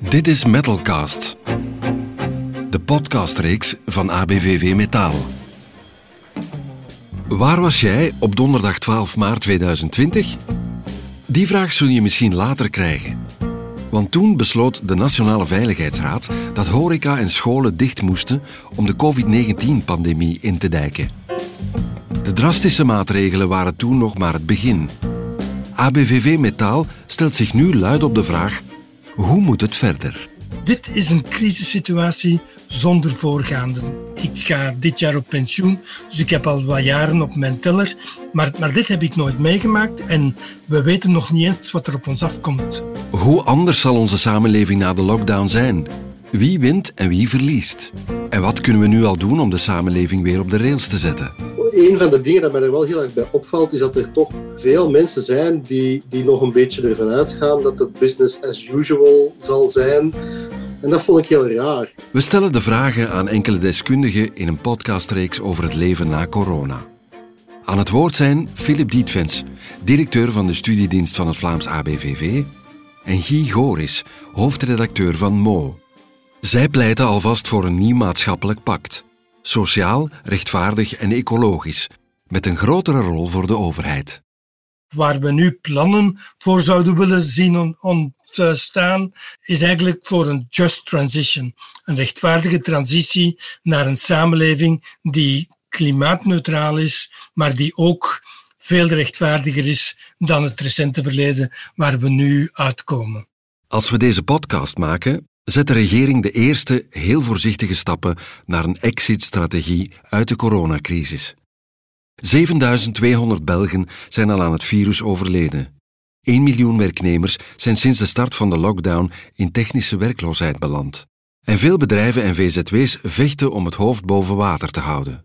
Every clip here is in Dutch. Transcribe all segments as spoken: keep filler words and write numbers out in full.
Dit is Metalcast, de podcastreeks van A B V V Metaal. Waar was jij op donderdag twaalf maart tweeduizend twintig? Die vraag zul je misschien later krijgen. Want toen besloot de Nationale Veiligheidsraad dat horeca en scholen dicht moesten om de covid negentien-pandemie in te dijken. De drastische maatregelen waren toen nog maar het begin. A B V V Metaal stelt zich nu luid op de vraag: hoe moet het verder? Dit is een crisissituatie zonder voorgaande. Ik ga dit jaar op pensioen, dus ik heb al wat jaren op mijn teller. Maar, maar dit heb ik nooit meegemaakt en we weten nog niet eens wat er op ons afkomt. Hoe anders zal onze samenleving na de lockdown zijn? Wie wint en wie verliest? En wat kunnen we nu al doen om de samenleving weer op de rails te zetten? Een van de dingen dat mij er wel heel erg bij opvalt, is dat er toch veel mensen zijn die, die nog een beetje ervan uitgaan dat het business as usual zal zijn. En dat vond ik heel raar. We stellen de vragen aan enkele deskundigen in een podcastreeks over het leven na corona. Aan het woord zijn Philip Dietvens, directeur van de studiedienst van het Vlaams A B V V, en Guy Goris, hoofdredacteur van M O. Zij pleiten alvast voor een nieuw maatschappelijk pact. Sociaal, rechtvaardig en ecologisch, met een grotere rol voor de overheid. Waar we nu plannen voor zouden willen zien ontstaan, is eigenlijk voor een just transition. Een rechtvaardige transitie naar een samenleving die klimaatneutraal is, maar die ook veel rechtvaardiger is dan het recente verleden waar we nu uitkomen. Als we deze podcast maken, zet de regering de eerste heel voorzichtige stappen naar een exit-strategie uit de coronacrisis. zevenduizend tweehonderd Belgen zijn al aan het virus overleden. één miljoen werknemers zijn sinds de start van de lockdown in technische werkloosheid beland. En veel bedrijven en V Z W's vechten om het hoofd boven water te houden.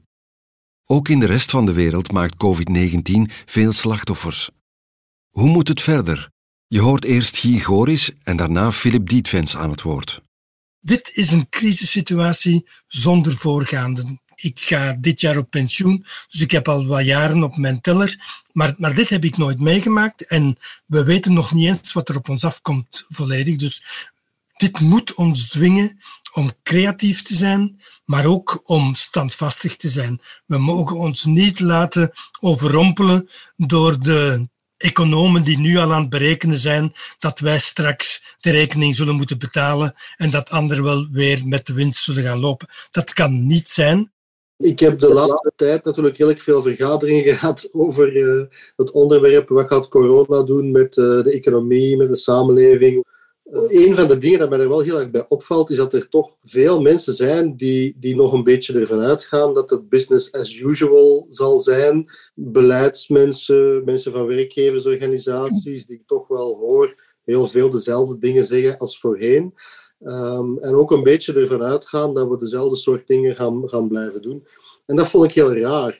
Ook in de rest van de wereld maakt covid negentien veel slachtoffers. Hoe moet het verder? Je hoort eerst Guy Goris en daarna Philip Dietvens aan het woord. Dit is een crisissituatie zonder voorgaande. Ik ga dit jaar op pensioen, dus ik heb al wat jaren op mijn teller. Maar, maar dit heb ik nooit meegemaakt en we weten nog niet eens wat er op ons afkomt volledig. Dus dit moet ons dwingen om creatief te zijn, maar ook om standvastig te zijn. We mogen ons niet laten overrompelen door de economen die nu al aan het berekenen zijn dat wij straks de rekening zullen moeten betalen en dat anderen wel weer met de winst zullen gaan lopen. Dat kan niet zijn. Ik heb de laatste tijd natuurlijk heel erg veel vergaderingen gehad over uh, het onderwerp. Wat gaat corona doen met uh, de economie, met de samenleving? Uh, een van de dingen dat mij er wel heel erg bij opvalt, is dat er toch veel mensen zijn die, die nog een beetje ervan uitgaan dat het business as usual zal zijn. Beleidsmensen, mensen van werkgeversorganisaties, die ik toch wel hoor heel veel dezelfde dingen zeggen als voorheen. Um, en ook een beetje ervan uitgaan dat we dezelfde soort dingen gaan, gaan blijven doen. En dat vond ik heel raar.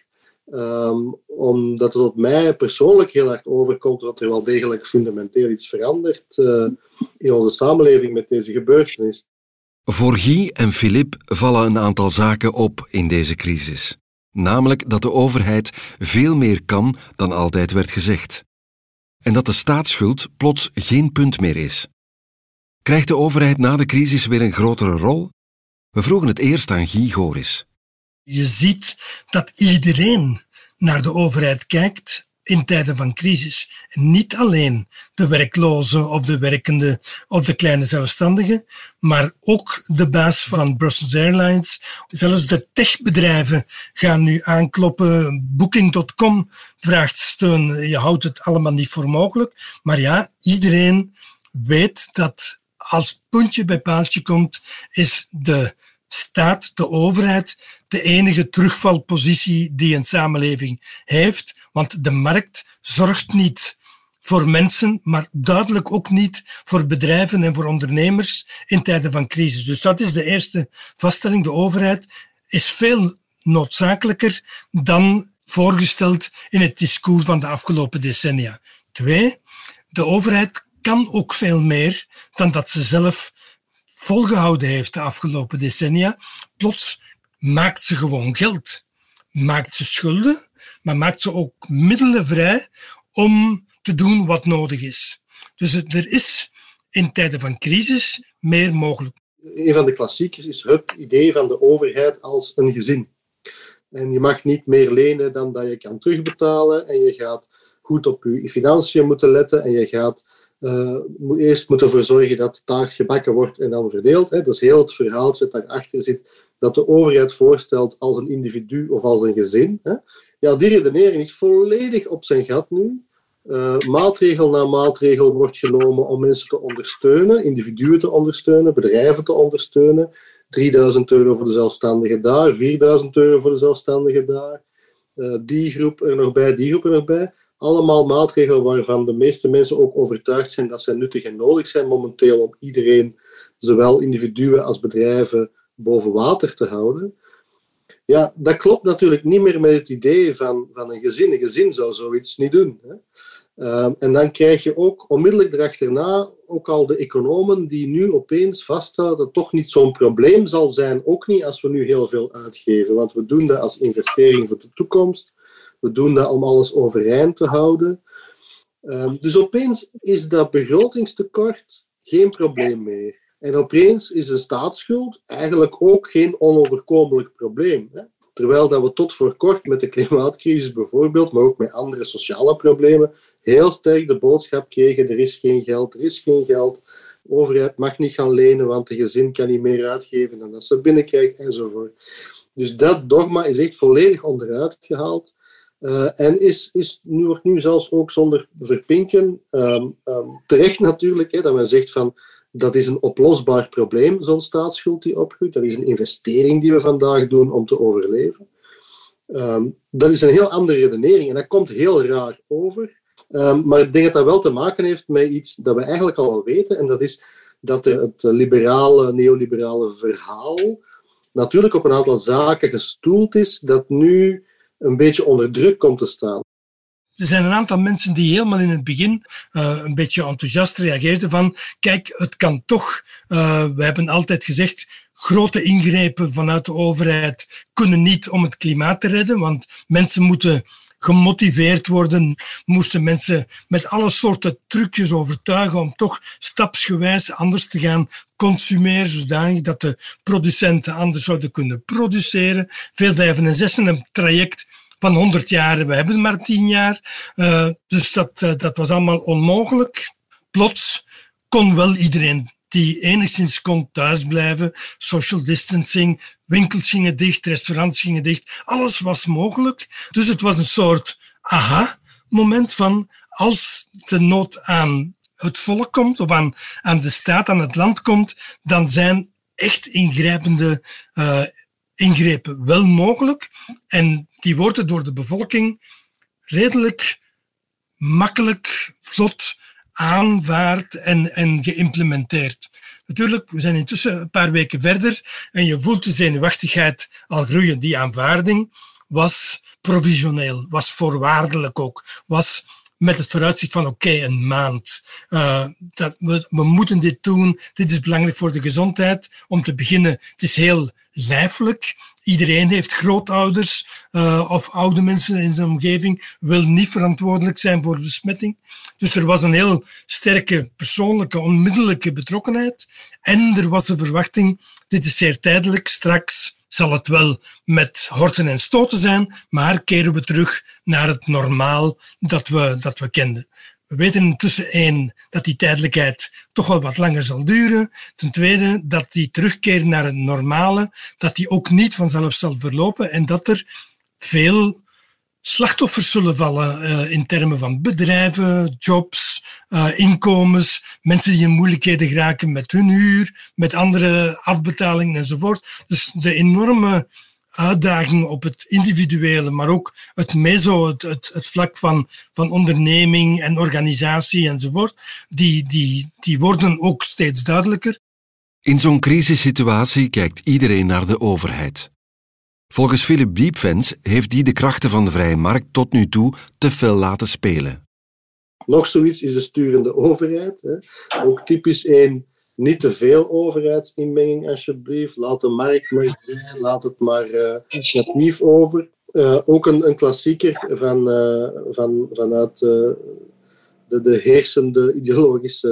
Um, omdat het op mij persoonlijk heel erg overkomt dat er wel degelijk fundamenteel iets verandert uh, in onze samenleving met deze gebeurtenis. Voor Guy en Philip vallen een aantal zaken op in deze crisis. Namelijk dat de overheid veel meer kan dan altijd werd gezegd. En dat de staatsschuld plots geen punt meer is. Krijgt de overheid na de crisis weer een grotere rol? We vroegen het eerst aan Guy Goris. Je ziet dat iedereen naar de overheid kijkt in tijden van crisis. Niet alleen de werklozen of de werkenden of de kleine zelfstandigen, maar ook de baas van Brussels Airlines. Zelfs de techbedrijven gaan nu aankloppen. Booking punt com vraagt steun. Je houdt het allemaal niet voor mogelijk. Maar ja, iedereen weet dat als puntje bij paaltje komt, is de staat, de overheid, de enige terugvalpositie die een samenleving heeft. Want de markt zorgt niet voor mensen, maar duidelijk ook niet voor bedrijven en voor ondernemers in tijden van crisis. Dus dat is de eerste vaststelling. De overheid is veel noodzakelijker dan voorgesteld in het discours van de afgelopen decennia. Twee, de overheid kan ook veel meer dan dat ze zelf volgehouden heeft de afgelopen decennia. Plots maakt ze gewoon geld. Maakt ze schulden, maar maakt ze ook middelen vrij om te doen wat nodig is. Dus er is in tijden van crisis meer mogelijk. Een van de klassiekers is het idee van de overheid als een gezin. En je mag niet meer lenen dan dat je kan terugbetalen en je gaat goed op je financiën moeten letten en je gaat uh, eerst moeten ervoor zorgen dat de taart gebakken wordt en dan verdeeld. Hè. Dat is heel het verhaaltje dat daarachter zit, dat de overheid voorstelt als een individu of als een gezin. Hè. Ja, die redenering is volledig op zijn gat nu. Uh, maatregel na maatregel wordt genomen om mensen te ondersteunen, individuen te ondersteunen, bedrijven te ondersteunen. drieduizend euro voor de zelfstandigen daar, vierduizend euro voor de zelfstandigen daar. Uh, die groep er nog bij, die groep er nog bij. Allemaal maatregelen waarvan de meeste mensen ook overtuigd zijn dat zij nuttig en nodig zijn momenteel om iedereen, zowel individuen als bedrijven, boven water te houden. Ja, dat klopt natuurlijk niet meer met het idee van, van een gezin. Een gezin zou zoiets niet doen. Hè. Uh, en dan krijg je ook onmiddellijk erachterna ook al de economen die nu opeens vaststellen dat het toch niet zo'n probleem zal zijn, ook niet als we nu heel veel uitgeven. Want we doen dat als investering voor de toekomst. We doen dat om alles overeind te houden. Uh, dus opeens is dat begrotingstekort geen probleem meer. En opeens is een staatsschuld eigenlijk ook geen onoverkomelijk probleem. Hè? Terwijl dat we tot voor kort met de klimaatcrisis bijvoorbeeld, maar ook met andere sociale problemen, heel sterk de boodschap kregen, er is geen geld, er is geen geld. De overheid mag niet gaan lenen, want de gezin kan niet meer uitgeven dan dat ze binnenkrijgt, enzovoort. Dus dat dogma is echt volledig onderuit gehaald. Uh, en is, is, nu, wordt nu zelfs ook zonder verpinken, um, um, terecht natuurlijk, hè, dat men zegt van, dat is een oplosbaar probleem, zo'n staatsschuld die opgroeit. Dat is een investering die we vandaag doen om te overleven. Um, dat is een heel andere redenering en dat komt heel raar over. Um, maar ik denk dat dat wel te maken heeft met iets dat we eigenlijk al wel weten. En dat is dat het liberale, neoliberale verhaal natuurlijk op een aantal zaken gestoeld is dat nu een beetje onder druk komt te staan. Er zijn een aantal mensen die helemaal in het begin uh, een beetje enthousiast reageerden van kijk, het kan toch. Uh, we hebben altijd gezegd, grote ingrepen vanuit de overheid kunnen niet om het klimaat te redden, want mensen moeten gemotiveerd worden, moesten mensen met alle soorten trucjes overtuigen om toch stapsgewijs anders te gaan consumeren, zodanig dat de producenten anders zouden kunnen produceren. Veel vijven en zessen, een traject van honderd jaar, we hebben maar tien jaar. Uh, dus dat, uh, dat was allemaal onmogelijk. Plots kon wel iedereen die enigszins kon thuisblijven. Social distancing, winkels gingen dicht, restaurants gingen dicht. Alles was mogelijk. Dus het was een soort aha-moment van als de nood aan het volk komt of aan, aan de staat, aan het land komt, dan zijn echt ingrijpende uh, ingrepen wel mogelijk. En die worden door de bevolking redelijk makkelijk, vlot aanvaard en, en geïmplementeerd. Natuurlijk, we zijn intussen een paar weken verder en je voelt de zenuwachtigheid al groeien. Die aanvaarding was provisioneel, was voorwaardelijk ook, was met het vooruitzicht van oké, okay, een maand. Uh, dat we, we moeten dit doen, dit is belangrijk voor de gezondheid. Om te beginnen, het is heel lijfelijk. Iedereen heeft grootouders uh, of oude mensen in zijn omgeving, wil niet verantwoordelijk zijn voor besmetting. Dus er was een heel sterke persoonlijke, onmiddellijke betrokkenheid. En er was de verwachting, dit is zeer tijdelijk, straks zal het wel met horten en stoten zijn, maar keren we terug naar het normaal dat we, dat we kenden. We weten intussen één, dat die tijdelijkheid toch wel wat langer zal duren. Ten tweede, dat die terugkeer naar het normale, dat die ook niet vanzelf zal verlopen en dat er veel slachtoffers zullen vallen uh, in termen van bedrijven, jobs, uh, inkomens, mensen die in moeilijkheden geraken met hun huur, met andere afbetalingen enzovoort. Dus de enorme uitdaging op het individuele, maar ook het meso, het, het, het vlak van, van onderneming en organisatie enzovoort, die, die, die worden ook steeds duidelijker. In zo'n crisissituatie kijkt iedereen naar de overheid. Volgens Philip Diepvens heeft die de krachten van de vrije markt tot nu toe te veel laten spelen. Nog zoiets is de sturende overheid. Hè. Ook typisch één, niet te veel overheidsinmenging alsjeblieft. Laat de markt maar vrij, laat het maar uh, initiatief over. Uh, ook een, een klassieker van, uh, van, vanuit uh, de, de heersende ideologische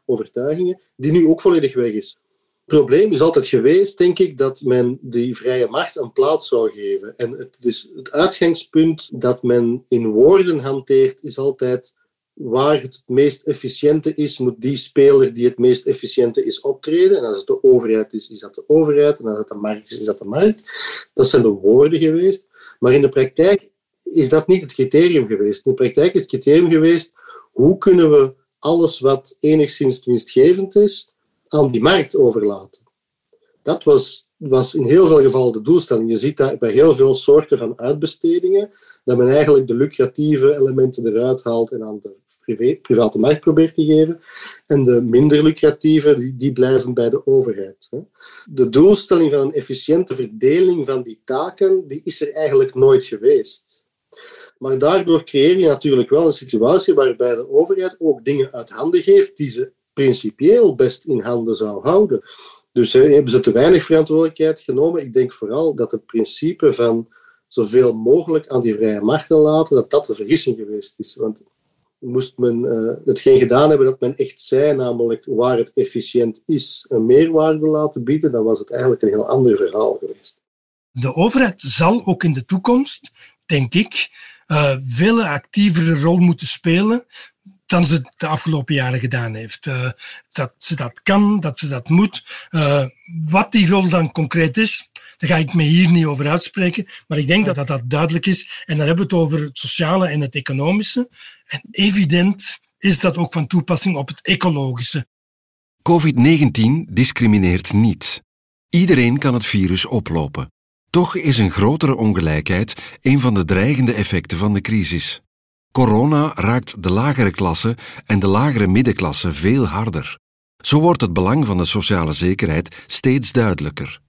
overtuigingen, die nu ook volledig weg is. Het probleem is altijd geweest, denk ik, dat men die vrije markt een plaats zou geven. En het, dus het uitgangspunt dat men in woorden hanteert, is altijd waar het het meest efficiënte is, moet die speler die het meest efficiënte is optreden. En als het de overheid is, is dat de overheid. En als het de markt is, is dat de markt. Dat zijn de woorden geweest. Maar in de praktijk is dat niet het criterium geweest. In de praktijk is het criterium geweest, hoe kunnen we alles wat enigszins winstgevend is, aan die markt overlaten. Dat was, was in heel veel gevallen de doelstelling. Je ziet dat bij heel veel soorten van uitbestedingen, dat men eigenlijk de lucratieve elementen eruit haalt en aan de privé, private markt probeert te geven. En de minder lucratieve, die, die blijven bij de overheid. De doelstelling van een efficiënte verdeling van die taken, die is er eigenlijk nooit geweest. Maar daardoor creëer je natuurlijk wel een situatie waarbij de overheid ook dingen uit handen geeft die ze principieel best in handen zou houden. Dus he, hebben ze te weinig verantwoordelijkheid genomen. Ik denk vooral dat het principe van zoveel mogelijk aan die vrije markt laten, dat dat een vergissing geweest is. Want moest men uh, hetgeen gedaan hebben dat men echt zei, namelijk waar het efficiënt is, een meerwaarde laten bieden, dan was het eigenlijk een heel ander verhaal geweest. De overheid zal ook in de toekomst, denk ik, uh, veel actievere rol moeten spelen dan ze de afgelopen jaren gedaan heeft. Uh, dat ze dat kan, dat ze dat moet. Uh, wat die rol dan concreet is, daar ga ik me hier niet over uitspreken, maar ik denk dat dat, dat duidelijk is. En dan hebben we het over het sociale en het economische. En evident is dat ook van toepassing op het ecologische. covid negentien discrimineert niet. Iedereen kan het virus oplopen. Toch is een grotere ongelijkheid een van de dreigende effecten van de crisis. Corona raakt de lagere klasse en de lagere middenklasse veel harder. Zo wordt het belang van de sociale zekerheid steeds duidelijker.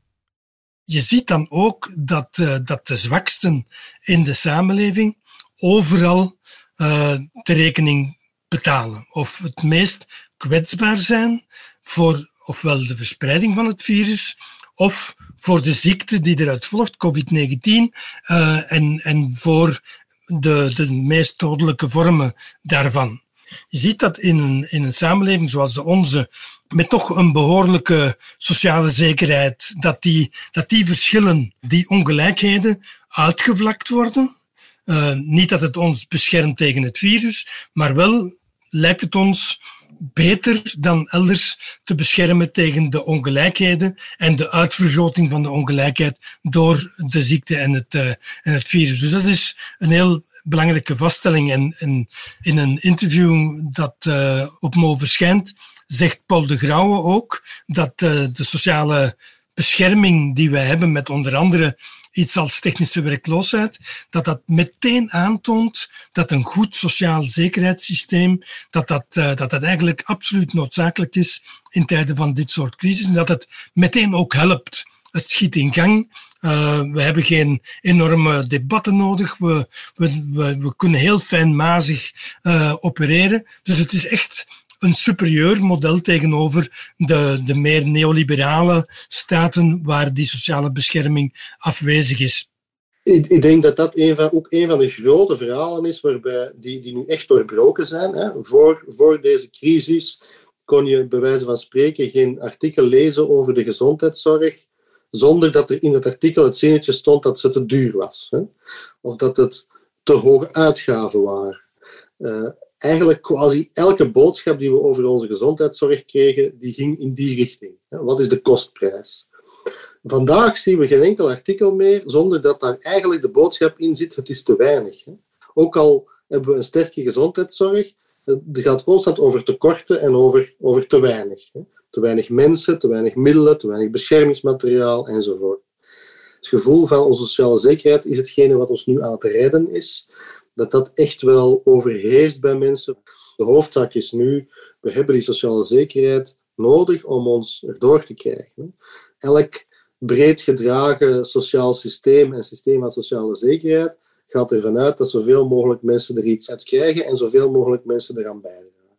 Je ziet dan ook dat, uh, dat de zwaksten in de samenleving overal uh, de rekening betalen. Of het meest kwetsbaar zijn voor ofwel de verspreiding van het virus of voor de ziekte die eruit volgt, covid negentien, uh, en, en voor de, de meest dodelijke vormen daarvan. Je ziet dat in een, in een samenleving zoals de onze, met toch een behoorlijke sociale zekerheid, dat die, dat die verschillen, die ongelijkheden, uitgevlakt worden. Uh, niet dat het ons beschermt tegen het virus, maar wel lijkt het ons beter dan elders te beschermen tegen de ongelijkheden en de uitvergroting van de ongelijkheid door de ziekte en het, uh, en het virus. Dus dat is een heel belangrijke vaststelling. En, en in een interview dat uh, op Mo verschijnt, zegt Paul de Grauwe ook dat uh, de sociale bescherming die wij hebben met onder andere iets als technische werkloosheid, dat dat meteen aantoont dat een goed sociaal zekerheidssysteem, dat dat, uh, dat dat eigenlijk absoluut noodzakelijk is in tijden van dit soort crisis en dat het meteen ook helpt. Het schiet in gang. Uh, we hebben geen enorme debatten nodig. We, we, we, we kunnen heel fijnmazig uh, opereren. Dus het is echt een superieur model tegenover de, de meer neoliberale staten waar die sociale bescherming afwezig is. Ik, ik denk dat dat een van, ook een van de grote verhalen is waarbij die, die nu echt doorbroken zijn. Hè. Voor, voor deze crisis kon je bij wijze van spreken geen artikel lezen over de gezondheidszorg zonder dat er in het artikel het zinnetje stond dat ze te duur was. Hè. Of dat het te hoge uitgaven waren. Uh, Eigenlijk quasi elke boodschap die we over onze gezondheidszorg kregen, die ging in die richting. Wat is de kostprijs? Vandaag zien we geen enkel artikel meer zonder dat daar eigenlijk de boodschap in zit, het is te weinig. Ook al hebben we een sterke gezondheidszorg, het gaat constant over tekorten en over, over te weinig. Te weinig mensen, te weinig middelen, te weinig beschermingsmateriaal enzovoort. Het gevoel van onze sociale zekerheid is hetgene wat ons nu aan het redden is. Dat dat echt wel overheerst bij mensen. De hoofdzaak is nu, we hebben die sociale zekerheid nodig om ons erdoor te krijgen. Elk breed gedragen sociaal systeem en systeem van sociale zekerheid gaat ervan uit dat zoveel mogelijk mensen er iets uit krijgen en zoveel mogelijk mensen eraan bijdragen.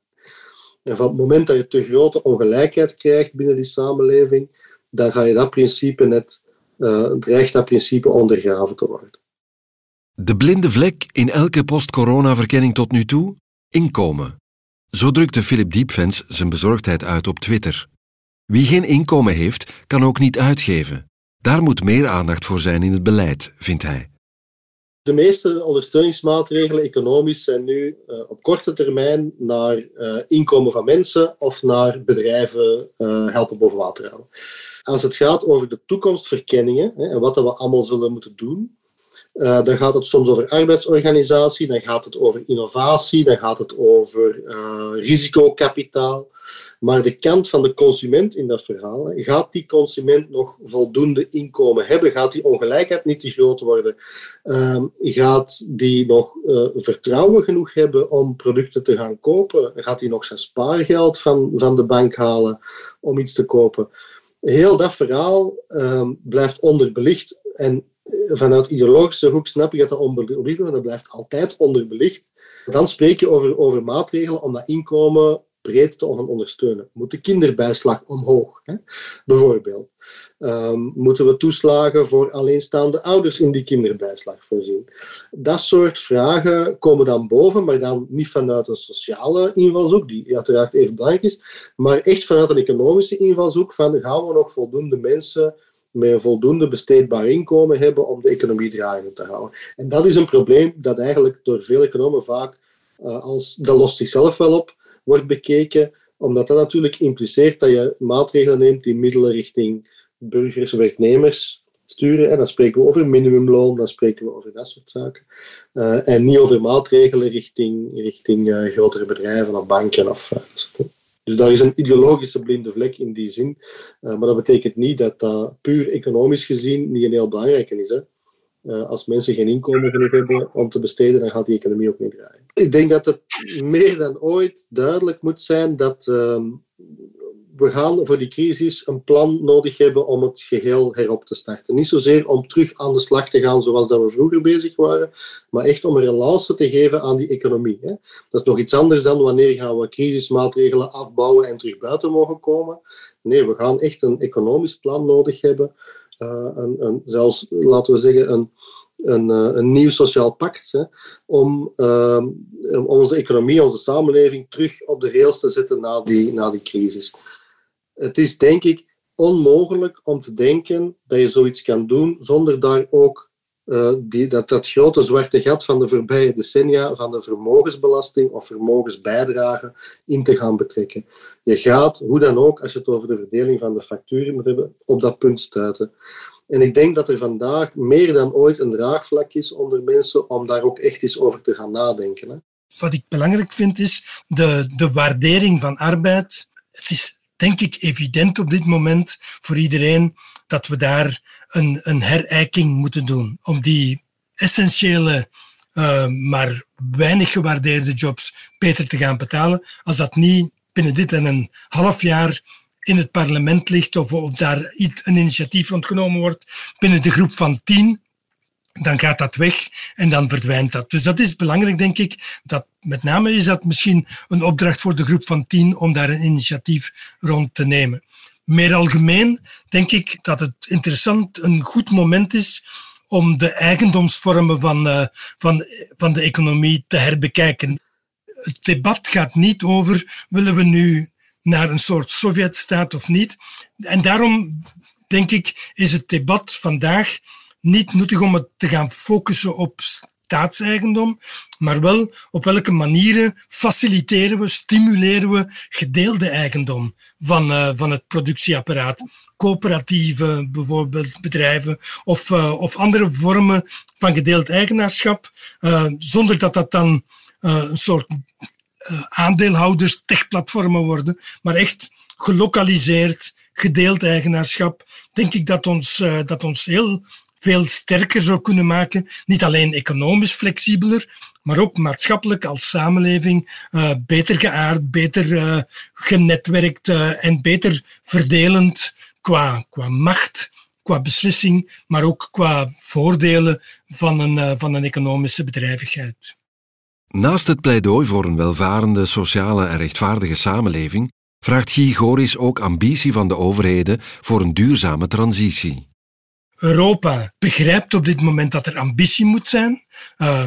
En van het moment dat je te grote ongelijkheid krijgt binnen die samenleving, dan ga je dat principe net, uh, dreigt dat principe ondergraven te worden. De blinde vlek in elke post-corona-verkenning tot nu toe? Inkomen. Zo drukte Philip Diepvens zijn bezorgdheid uit op Twitter. Wie geen inkomen heeft, kan ook niet uitgeven. Daar moet meer aandacht voor zijn in het beleid, vindt hij. De meeste ondersteuningsmaatregelen economisch zijn nu uh, op korte termijn naar uh, inkomen van mensen of naar bedrijven uh, helpen boven water houden. Als het gaat over de toekomstverkenningen hè, en wat we allemaal zullen moeten doen, uh, dan gaat het soms over arbeidsorganisatie, dan gaat het over innovatie, dan gaat het over uh, risicokapitaal. Maar de kant van de consument in dat verhaal, hè, gaat die consument nog voldoende inkomen hebben? Gaat die ongelijkheid niet te groot worden? Uh, gaat die nog uh, vertrouwen genoeg hebben om producten te gaan kopen? Gaat die nog zijn spaargeld van, van de bank halen om iets te kopen? Heel dat verhaal uh, blijft onderbelicht. En vanuit ideologische hoek snap ik dat dat onderbelicht is, maar dat blijft altijd onderbelicht. Dan spreek je over, over maatregelen om dat inkomen breed te gaan ondersteunen. Moet de kinderbijslag omhoog, hè? Bijvoorbeeld. Um, moeten we toeslagen voor alleenstaande ouders in die kinderbijslag voorzien? Dat soort vragen komen dan boven, maar dan niet vanuit een sociale invalshoek, die uiteraard even belangrijk is, maar echt vanuit een economische invalshoek van gaan we nog voldoende mensen met een voldoende besteedbaar inkomen hebben om de economie draaiende te houden. En dat is een probleem dat eigenlijk door veel economen vaak uh, als dat lost zichzelf wel op wordt bekeken, omdat dat natuurlijk impliceert dat je maatregelen neemt die middelen richting burgers, werknemers sturen. En dan spreken we over minimumloon, dan spreken we over dat soort zaken. Uh, en niet over maatregelen richting, richting uh, grotere bedrijven of banken. Of, uh, dus daar is een ideologische blinde vlek in die zin. Uh, maar dat betekent niet dat dat puur economisch gezien niet een heel belangrijke is. Hè. Uh, als mensen geen inkomen genoeg hebben om te besteden, dan gaat die economie ook niet draaien. Ik denk dat het meer dan ooit duidelijk moet zijn dat uh, we gaan voor die crisis een plan nodig hebben om het geheel herop te starten. Niet zozeer om terug aan de slag te gaan zoals dat we vroeger bezig waren, maar echt om een relance te geven aan die economie. Hè. Dat is nog iets anders dan wanneer gaan we crisismaatregelen afbouwen en terug buiten mogen komen. Nee, we gaan echt een economisch plan nodig hebben. Uh, een, een, zelfs, laten we zeggen, een, een, uh, een nieuw sociaal pact, hè, om, uh, om onze economie, onze samenleving terug op de rails te zetten na die, na die crisis. Het is, denk ik, onmogelijk om te denken dat je zoiets kan doen zonder daar ook uh, die, dat, dat grote zwarte gat van de voorbije decennia van de vermogensbelasting of vermogensbijdrage in te gaan betrekken. Je gaat, hoe dan ook, als je het over de verdeling van de facturen moet hebben, op dat punt stuiten. En ik denk dat er vandaag meer dan ooit een draagvlak is onder mensen om daar ook echt eens over te gaan nadenken. Hè. Wat ik belangrijk vind is de, de waardering van arbeid. Het is denk ik evident op dit moment voor iedereen dat we daar een, een herijking moeten doen om die essentiële, uh, maar weinig gewaardeerde jobs beter te gaan betalen. Als dat niet binnen dit en een half jaar in het parlement ligt of, of daar iets, een initiatief rond genomen wordt binnen de groep van tien, dan gaat dat weg en dan verdwijnt dat. Dus dat is belangrijk, denk ik. Dat, met name is dat misschien een opdracht voor de groep van tien om daar een initiatief rond te nemen. Meer algemeen denk ik dat het interessant, een goed moment is om de eigendomsvormen van, uh, van, van de economie te herbekijken. Het debat gaat niet over, willen we nu naar een soort Sovjetstaat of niet? En daarom, denk ik, is het debat vandaag niet nuttig om het te gaan focussen op staatseigendom, maar wel op welke manieren faciliteren we, stimuleren we gedeelde eigendom van, uh, van het productieapparaat. Coöperatieve bijvoorbeeld bedrijven of, uh, of andere vormen van gedeeld eigenaarschap, uh, zonder dat dat dan uh, een soort uh, aandeelhouders, techplatformen worden, maar echt gelokaliseerd, gedeeld eigenaarschap. Denk ik dat ons, uh, dat ons heel veel sterker zou kunnen maken. Niet alleen economisch flexibeler, maar ook maatschappelijk als samenleving uh, beter geaard, beter uh, genetwerkt uh, en beter verdelend qua, qua macht, qua beslissing, maar ook qua voordelen van een, uh, van een economische bedrijvigheid. Naast het pleidooi voor een welvarende, sociale en rechtvaardige samenleving vraagt Guy Goris ook ambitie van de overheden voor een duurzame transitie. Europa begrijpt op dit moment dat er ambitie moet zijn. Uh,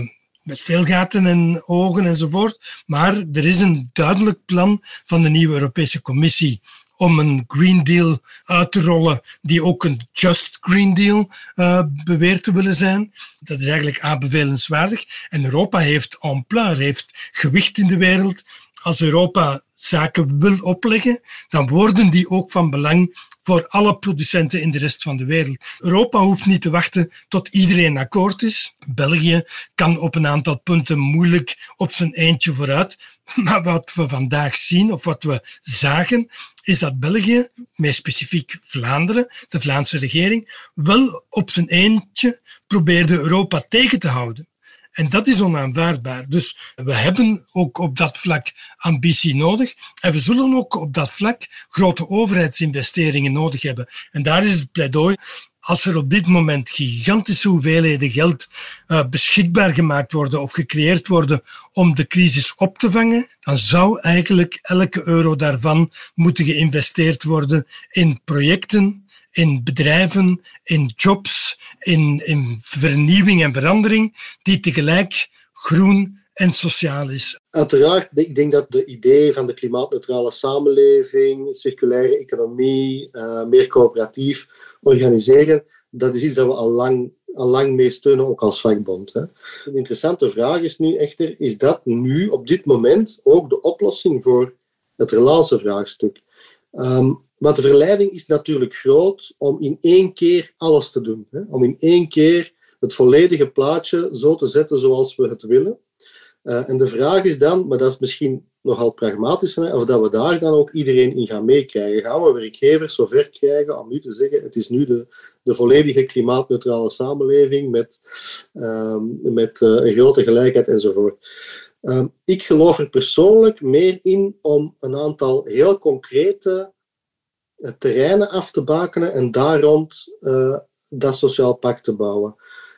met veel gaten en ogen enzovoort. Maar er is een duidelijk plan van de nieuwe Europese Commissie om een Green Deal uit te rollen die ook een Just Green Deal uh, beweert te willen zijn. Dat is eigenlijk aanbevelenswaardig. En Europa heeft ampleur, heeft gewicht in de wereld. Als Europa zaken wil opleggen, dan worden die ook van belang voor alle producenten in de rest van de wereld. Europa hoeft niet te wachten tot iedereen akkoord is. België kan op een aantal punten moeilijk op zijn eentje vooruit. Maar wat we vandaag zien, of wat we zagen, is dat België, meer specifiek Vlaanderen, de Vlaamse regering, wel op zijn eentje probeerde Europa tegen te houden. En dat is onaanvaardbaar. Dus we hebben ook op dat vlak ambitie nodig. En we zullen ook op dat vlak grote overheidsinvesteringen nodig hebben. En daar is het pleidooi. Als er op dit moment gigantische hoeveelheden geld uh, beschikbaar gemaakt worden of gecreëerd worden om de crisis op te vangen, dan zou eigenlijk elke euro daarvan moeten geïnvesteerd worden in projecten, in bedrijven, in jobs, in, in vernieuwing en verandering, die tegelijk groen en sociaal is. Uiteraard, ik denk dat de idee van de klimaatneutrale samenleving, circulaire economie, uh, meer coöperatief organiseren, dat is iets dat we al lang, al lang mee steunen, ook als vakbond. Hè. Een interessante vraag is nu echter, is dat nu op dit moment ook de oplossing voor het relatie vraagstuk? Um, want de verleiding is natuurlijk groot om in één keer alles te doen. Hè? Om in één keer het volledige plaatje zo te zetten zoals we het willen. Uh, en de vraag is dan, maar dat is misschien nogal pragmatisch, hè, of dat we daar dan ook iedereen in gaan meekrijgen. Gaan we werkgevers zover krijgen om nu te zeggen, het is nu de, de volledige klimaatneutrale samenleving met, uh, met uh, een grote gelijkheid enzovoort. Uh, ik geloof er persoonlijk meer in om een aantal heel concrete uh, terreinen af te bakenen en daar rond uh, dat sociaal pact te bouwen.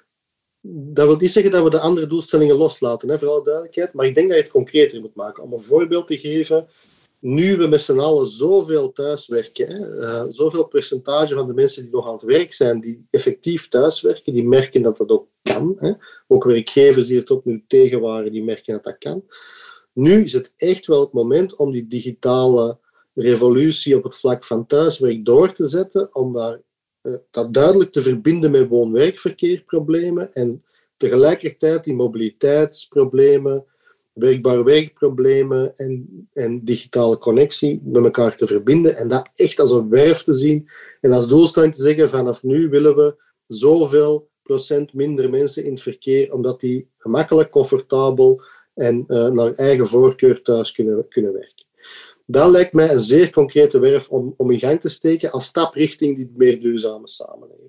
Dat wil niet zeggen dat we de andere doelstellingen loslaten, hè, voor alle duidelijkheid, maar ik denk dat je het concreter moet maken. Om een voorbeeld te geven, nu we met z'n allen zoveel thuiswerken, hè, uh, zoveel percentage van de mensen die nog aan het werk zijn, die effectief thuiswerken, die merken dat dat ook kan. Hè. Ook werkgevers die er tot nu tegen waren, die merken dat dat kan. Nu is het echt wel het moment om die digitale revolutie op het vlak van thuiswerk door te zetten, om daar dat duidelijk te verbinden met woon-werkverkeerproblemen en tegelijkertijd die mobiliteitsproblemen, werkbaar werkproblemen en, en digitale connectie met elkaar te verbinden en dat echt als een werf te zien en als doelstelling te zeggen vanaf nu willen we zoveel procent minder mensen in het verkeer omdat die gemakkelijk, comfortabel en uh, naar eigen voorkeur thuis kunnen, kunnen werken. Dat lijkt mij een zeer concrete werf om, om in gang te steken als stap richting die meer duurzame samenleving.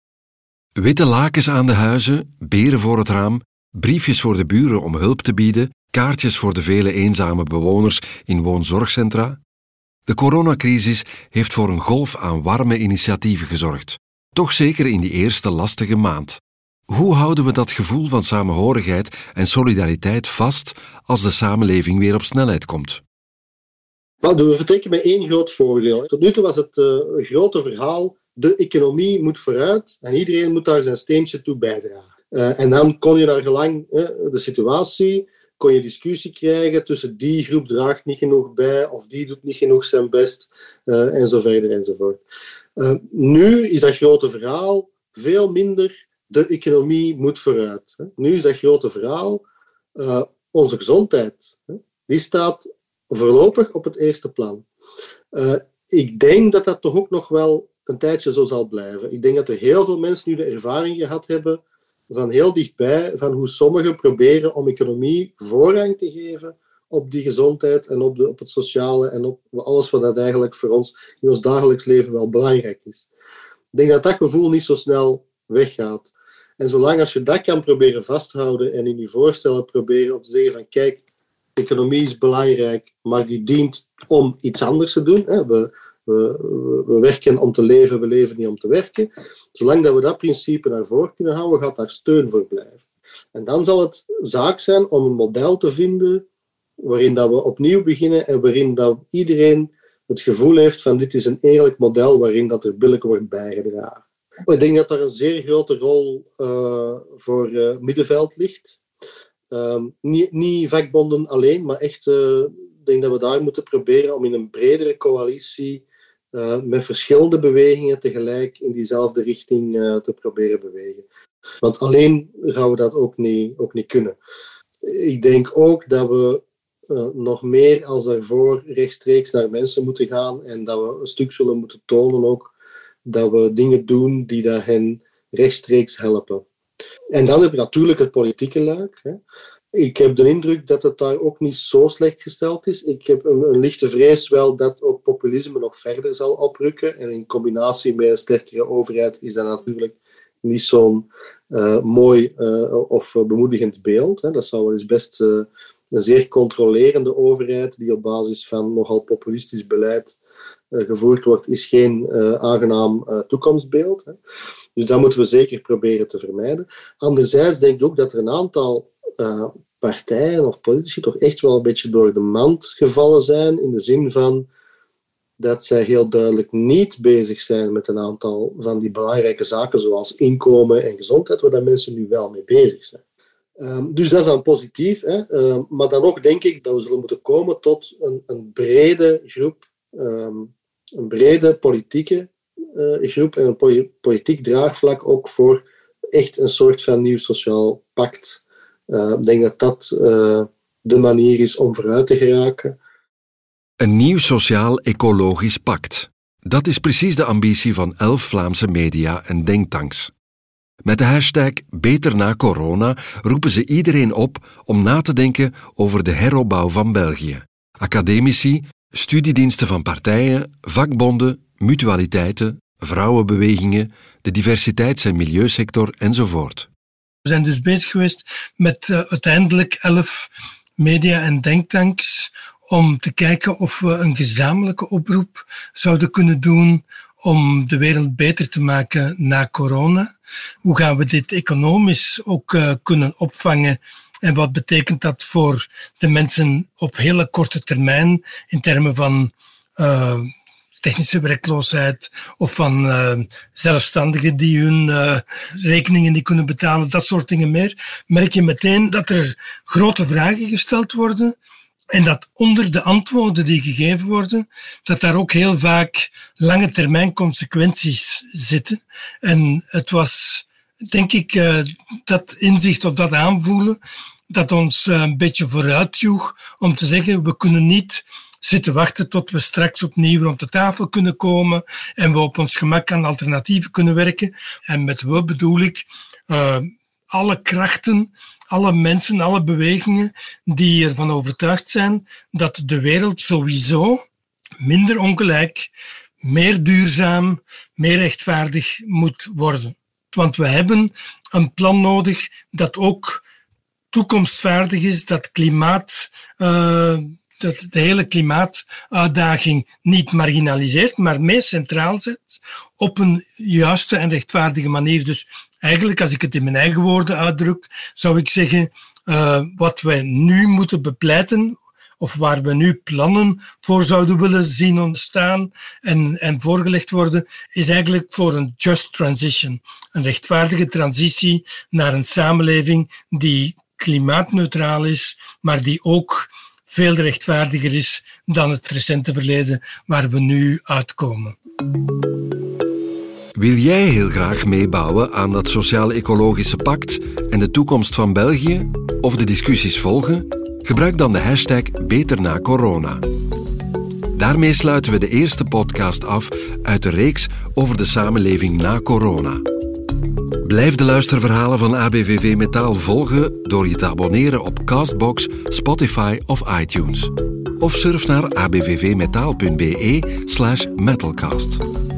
Witte lakens aan de huizen, beren voor het raam, briefjes voor de buren om hulp te bieden, kaartjes voor de vele eenzame bewoners in woonzorgcentra. De coronacrisis heeft voor een golf aan warme initiatieven gezorgd. Toch zeker in die eerste lastige maand. Hoe houden we dat gevoel van samenhorigheid en solidariteit vast als de samenleving weer op snelheid komt? Nou, we vertrekken met één groot voordeel. Tot nu toe was het uh, grote verhaal, de economie moet vooruit en iedereen moet daar zijn steentje toe bijdragen. Uh, en dan kon je naar gelang uh, de situatie, kon je discussie krijgen tussen die groep draagt niet genoeg bij of die doet niet genoeg zijn best uh, en zo verder enzovoort. Uh, nu is dat grote verhaal veel minder de economie moet vooruit. Hè. Nu is dat grote verhaal uh, onze gezondheid. Hè. Die staat voorlopig op het eerste plan. Uh, ik denk dat dat toch ook nog wel een tijdje zo zal blijven. Ik denk dat er heel veel mensen nu de ervaring gehad hebben van heel dichtbij, van hoe sommigen proberen om economie voorrang te geven op die gezondheid en op, de, op het sociale en op alles wat dat eigenlijk voor ons in ons dagelijks leven wel belangrijk is. Ik denk dat dat gevoel niet zo snel weggaat. En zolang als je dat kan proberen vasthouden en in je voorstellen proberen om te zeggen van kijk, economie is belangrijk, maar die dient om iets anders te doen. We, we, we werken om te leven, we leven niet om te werken. Zolang dat we dat principe naar voren kunnen houden, gaat daar steun voor blijven. En dan zal het zaak zijn om een model te vinden waarin dat we opnieuw beginnen en waarin dat iedereen het gevoel heeft van dit is een eerlijk model waarin dat er billijk wordt bijgedragen. Ik denk dat daar een zeer grote rol uh, voor uh, middenveld ligt. Um, niet, niet vakbonden alleen, maar echt, uh, ik denk dat we daar moeten proberen om in een bredere coalitie uh, met verschillende bewegingen tegelijk in diezelfde richting uh, te proberen bewegen. Want alleen gaan we dat ook niet, ook niet kunnen. Ik denk ook dat we uh, nog meer als daarvoor rechtstreeks naar mensen moeten gaan en dat we een stuk zullen moeten tonen ook dat we dingen doen die dat hen rechtstreeks helpen. En dan heb je natuurlijk het politieke luik. Hè. Ik heb de indruk dat het daar ook niet zo slecht gesteld is. Ik heb een, een lichte vrees wel dat ook populisme nog verder zal oprukken. En in combinatie met een sterkere overheid is dat natuurlijk niet zo'n uh, mooi uh, of bemoedigend beeld. Hè. Dat zou wel eens best uh, een zeer controlerende overheid die op basis van nogal populistisch beleid uh, gevoerd wordt, is geen uh, aangenaam uh, toekomstbeeld. Hè. Dus dat moeten we zeker proberen te vermijden. Anderzijds denk ik ook dat er een aantal uh, partijen of politici toch echt wel een beetje door de mand gevallen zijn, in de zin van dat zij heel duidelijk niet bezig zijn met een aantal van die belangrijke zaken, zoals inkomen en gezondheid, waar dat mensen nu wel mee bezig zijn. Um, dus dat is dan positief. Hè? Um, maar dan ook denk ik dat we zullen moeten komen tot een, een brede groep, um, een brede politieke uh, groep en een politiek draagvlak ook voor echt een soort van nieuw sociaal pact. Uh, ik denk dat dat uh, de manier is om vooruit te geraken. Een nieuw sociaal-ecologisch pact. Dat is precies de ambitie van elf Vlaamse media en denktanks. Met de hashtag Beter na corona roepen ze iedereen op om na te denken over de heropbouw van België. Academici, studiediensten van partijen, vakbonden, mutualiteiten, vrouwenbewegingen, de diversiteits- en milieusector enzovoort. We zijn dus bezig geweest met uh, uiteindelijk elf media en denktanks om te kijken of we een gezamenlijke oproep zouden kunnen doen om de wereld beter te maken na corona. Hoe gaan we dit economisch ook uh, kunnen opvangen? En wat betekent dat voor de mensen op hele korte termijn in termen van uh, technische werkloosheid of van uh, zelfstandigen die hun uh, rekeningen niet kunnen betalen, dat soort dingen meer, merk je meteen dat er grote vragen gesteld worden. En dat onder de antwoorden die gegeven worden, dat daar ook heel vaak lange termijn consequenties zitten. En het was, denk ik, uh, dat inzicht of dat aanvoelen, dat ons uh, een beetje vooruitjoeg om te zeggen, we kunnen niet zitten wachten tot we straks opnieuw rond de tafel kunnen komen en we op ons gemak aan alternatieven kunnen werken. En met we bedoel ik uh, alle krachten, alle mensen, alle bewegingen die ervan overtuigd zijn dat de wereld sowieso minder ongelijk, meer duurzaam, meer rechtvaardig moet worden. Want we hebben een plan nodig dat ook toekomstvaardig is, dat klimaat, uh, dat de hele klimaatuitdaging niet marginaliseert, maar meer centraal zet op een juiste en rechtvaardige manier. Dus eigenlijk, als ik het in mijn eigen woorden uitdruk, zou ik zeggen, uh, wat wij nu moeten bepleiten, of waar we nu plannen voor zouden willen zien ontstaan en, en voorgelegd worden, is eigenlijk voor een just transition. Een rechtvaardige transitie naar een samenleving die klimaatneutraal is, maar die ook veel rechtvaardiger is dan het recente verleden waar we nu uitkomen. Wil jij heel graag meebouwen aan dat sociaal-ecologische pact en de toekomst van België? Of de discussies volgen? Gebruik dan de hashtag Beter na corona. Daarmee sluiten we de eerste podcast af uit de reeks over de samenleving na corona. Blijf de luisterverhalen van A B V V Metaal volgen door je te abonneren op Castbox, Spotify of iTunes. Of surf naar a b v v metaal punt b e slash metalcast.